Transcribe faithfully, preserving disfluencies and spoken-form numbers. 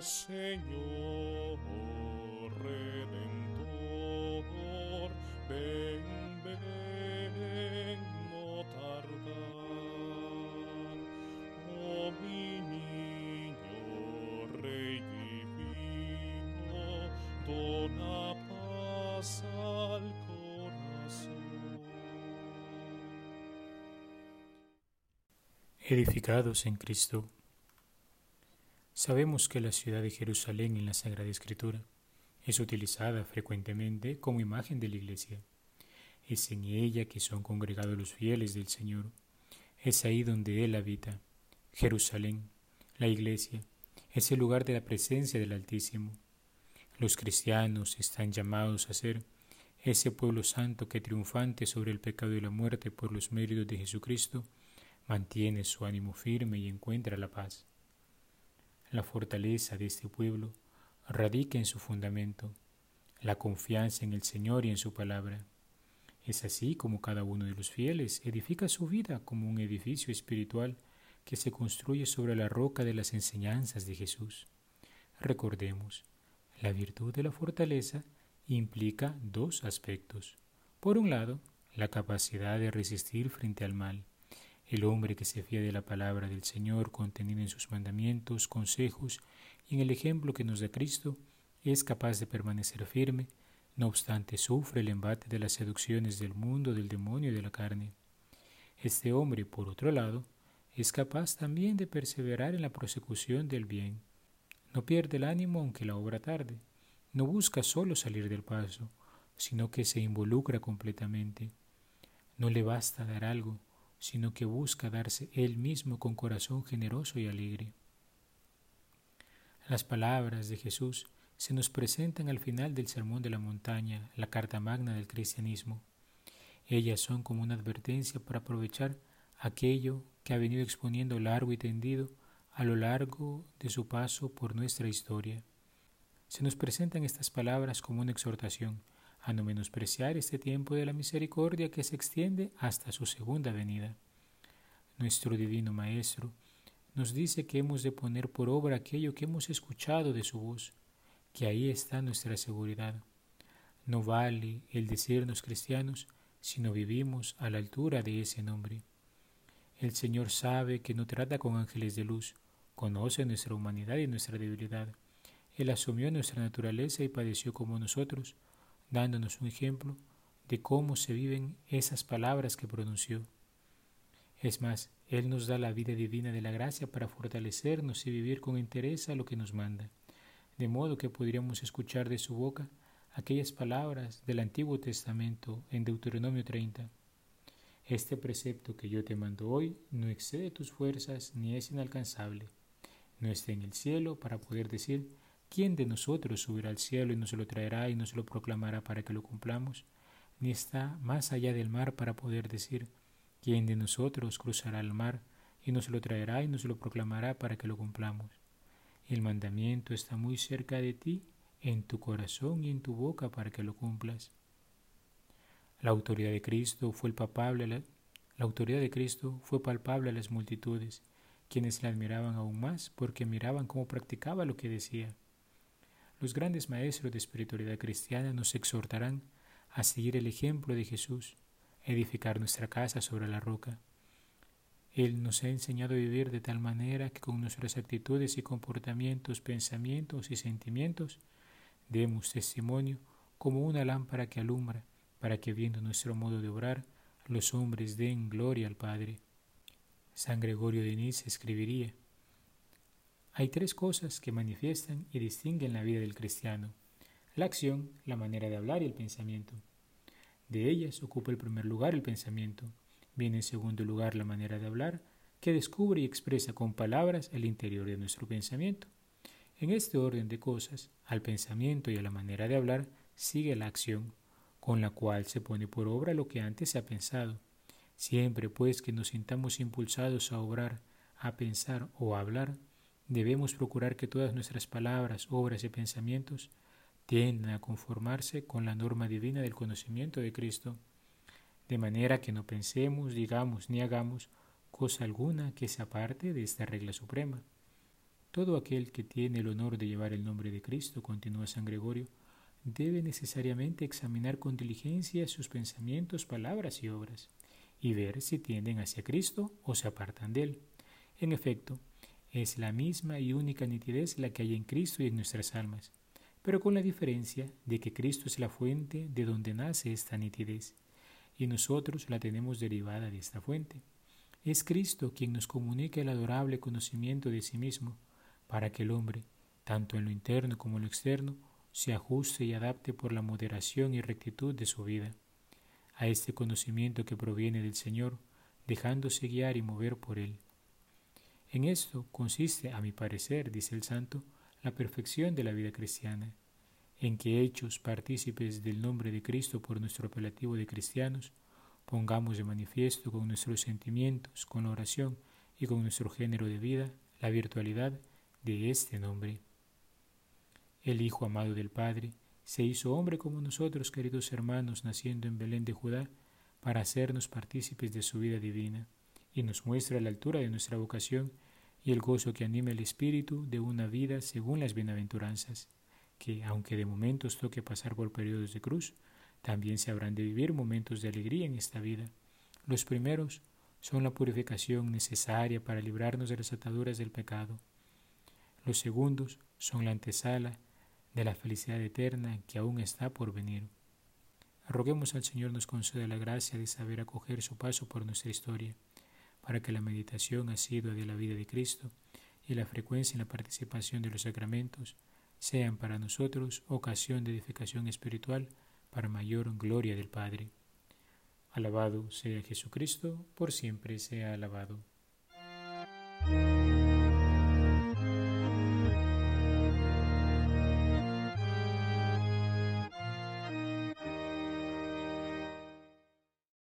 Señor Redentor, ven, ven, no tardar. Oh mi niño, Rey divino, dona paz al corazón. Edificados en Cristo. Sabemos que la ciudad de Jerusalén en la Sagrada Escritura es utilizada frecuentemente como imagen de la Iglesia. Es en ella que son congregados los fieles del Señor. Es ahí donde Él habita. Jerusalén, la Iglesia, es el lugar de la presencia del Altísimo. Los cristianos están llamados a ser ese pueblo santo que, triunfante sobre el pecado y la muerte por los méritos de Jesucristo, mantiene su ánimo firme y encuentra la paz. La fortaleza de este pueblo radica en su fundamento, la confianza en el Señor y en su palabra. Es así como cada uno de los fieles edifica su vida como un edificio espiritual que se construye sobre la roca de las enseñanzas de Jesús. Recordemos, la virtud de la fortaleza implica dos aspectos. Por un lado, la capacidad de resistir frente al mal. El hombre que se fía de la palabra del Señor contenida en sus mandamientos, consejos y en el ejemplo que nos da Cristo, es capaz de permanecer firme, no obstante sufre el embate de las seducciones del mundo, del demonio y de la carne. Este hombre, por otro lado, es capaz también de perseverar en la prosecución del bien. No pierde el ánimo aunque la obra tarde. No busca solo salir del paso, sino que se involucra completamente. No le basta dar algo, sino que busca darse él mismo con corazón generoso y alegre. Las palabras de Jesús se nos presentan al final del Sermón de la Montaña, la carta magna del cristianismo. Ellas son como una advertencia para aprovechar aquello que ha venido exponiendo largo y tendido a lo largo de su paso por nuestra historia. Se nos presentan estas palabras como una exhortación a no menospreciar este tiempo de la misericordia que se extiende hasta su segunda venida. Nuestro Divino Maestro nos dice que hemos de poner por obra aquello que hemos escuchado de su voz, que ahí está nuestra seguridad. No vale el decirnos cristianos si no vivimos a la altura de ese nombre. El Señor sabe que no trata con ángeles de luz, conoce nuestra humanidad y nuestra debilidad. Él asumió nuestra naturaleza y padeció como nosotros, dándonos un ejemplo de cómo se viven esas palabras que pronunció. Es más, Él nos da la vida divina de la gracia para fortalecernos y vivir con entereza lo que nos manda, de modo que podríamos escuchar de su boca aquellas palabras del Antiguo Testamento en Deuteronomio treinta. Este precepto que yo te mando hoy no excede tus fuerzas ni es inalcanzable. No está en el cielo para poder decir, ¿quién de nosotros subirá al cielo y nos lo traerá y nos lo proclamará para que lo cumplamos? Ni está más allá del mar para poder decir, ¿quién de nosotros cruzará el mar y nos lo traerá y nos lo proclamará para que lo cumplamos? El mandamiento está muy cerca de ti, en tu corazón y en tu boca para que lo cumplas. La autoridad de Cristo fue palpable a la, la autoridad de Cristo fue palpable a las multitudes, quienes la admiraban aún más porque miraban cómo practicaba lo que decía. Los grandes maestros de espiritualidad cristiana nos exhortarán a seguir el ejemplo de Jesús, a edificar nuestra casa sobre la roca. Él nos ha enseñado a vivir de tal manera que con nuestras actitudes y comportamientos, pensamientos y sentimientos demos testimonio como una lámpara que alumbra, para que viendo nuestro modo de obrar, los hombres den gloria al Padre. San Gregorio de Niza escribiría: hay tres cosas que manifiestan y distinguen la vida del cristiano: la acción, la manera de hablar y el pensamiento. De ellas ocupa el primer lugar el pensamiento. Viene en segundo lugar la manera de hablar, que descubre y expresa con palabras el interior de nuestro pensamiento. En este orden de cosas, al pensamiento y a la manera de hablar sigue la acción, con la cual se pone por obra lo que antes se ha pensado. Siempre pues que nos sintamos impulsados a obrar, a pensar o a hablar, debemos procurar que todas nuestras palabras, obras y pensamientos tiendan a conformarse con la norma divina del conocimiento de Cristo, de manera que no pensemos, digamos ni hagamos cosa alguna que se aparte de esta regla suprema. Todo aquel que tiene el honor de llevar el nombre de Cristo, continúa San Gregorio, debe necesariamente examinar con diligencia sus pensamientos, palabras y obras, y ver si tienden hacia Cristo o se apartan de Él. En efecto, es la misma y única nitidez la que hay en Cristo y en nuestras almas, pero con la diferencia de que Cristo es la fuente de donde nace esta nitidez, y nosotros la tenemos derivada de esta fuente. Es Cristo quien nos comunica el adorable conocimiento de sí mismo, para que el hombre, tanto en lo interno como en lo externo, se ajuste y adapte por la moderación y rectitud de su vida a este conocimiento que proviene del Señor, dejándose guiar y mover por Él. En esto consiste, a mi parecer, dice el santo, la perfección de la vida cristiana, en que, hechos partícipes del nombre de Cristo por nuestro apelativo de cristianos, pongamos de manifiesto con nuestros sentimientos, con la oración y con nuestro género de vida la virtualidad de este nombre. El Hijo amado del Padre se hizo hombre como nosotros, queridos hermanos, naciendo en Belén de Judá, para hacernos partícipes de su vida divina, y nos muestra la altura de nuestra vocación y el gozo que anima el espíritu de una vida según las bienaventuranzas, que, aunque de momentos toque pasar por periodos de cruz, también se habrán de vivir momentos de alegría en esta vida. Los primeros son la purificación necesaria para librarnos de las ataduras del pecado. Los segundos son la antesala de la felicidad eterna que aún está por venir. Roguemos al Señor nos conceda la gracia de saber acoger su paso por nuestra historia, para que la meditación asidua de la vida de Cristo y la frecuencia en la participación de los sacramentos sean para nosotros ocasión de edificación espiritual para mayor gloria del Padre. Alabado sea Jesucristo, por siempre sea alabado.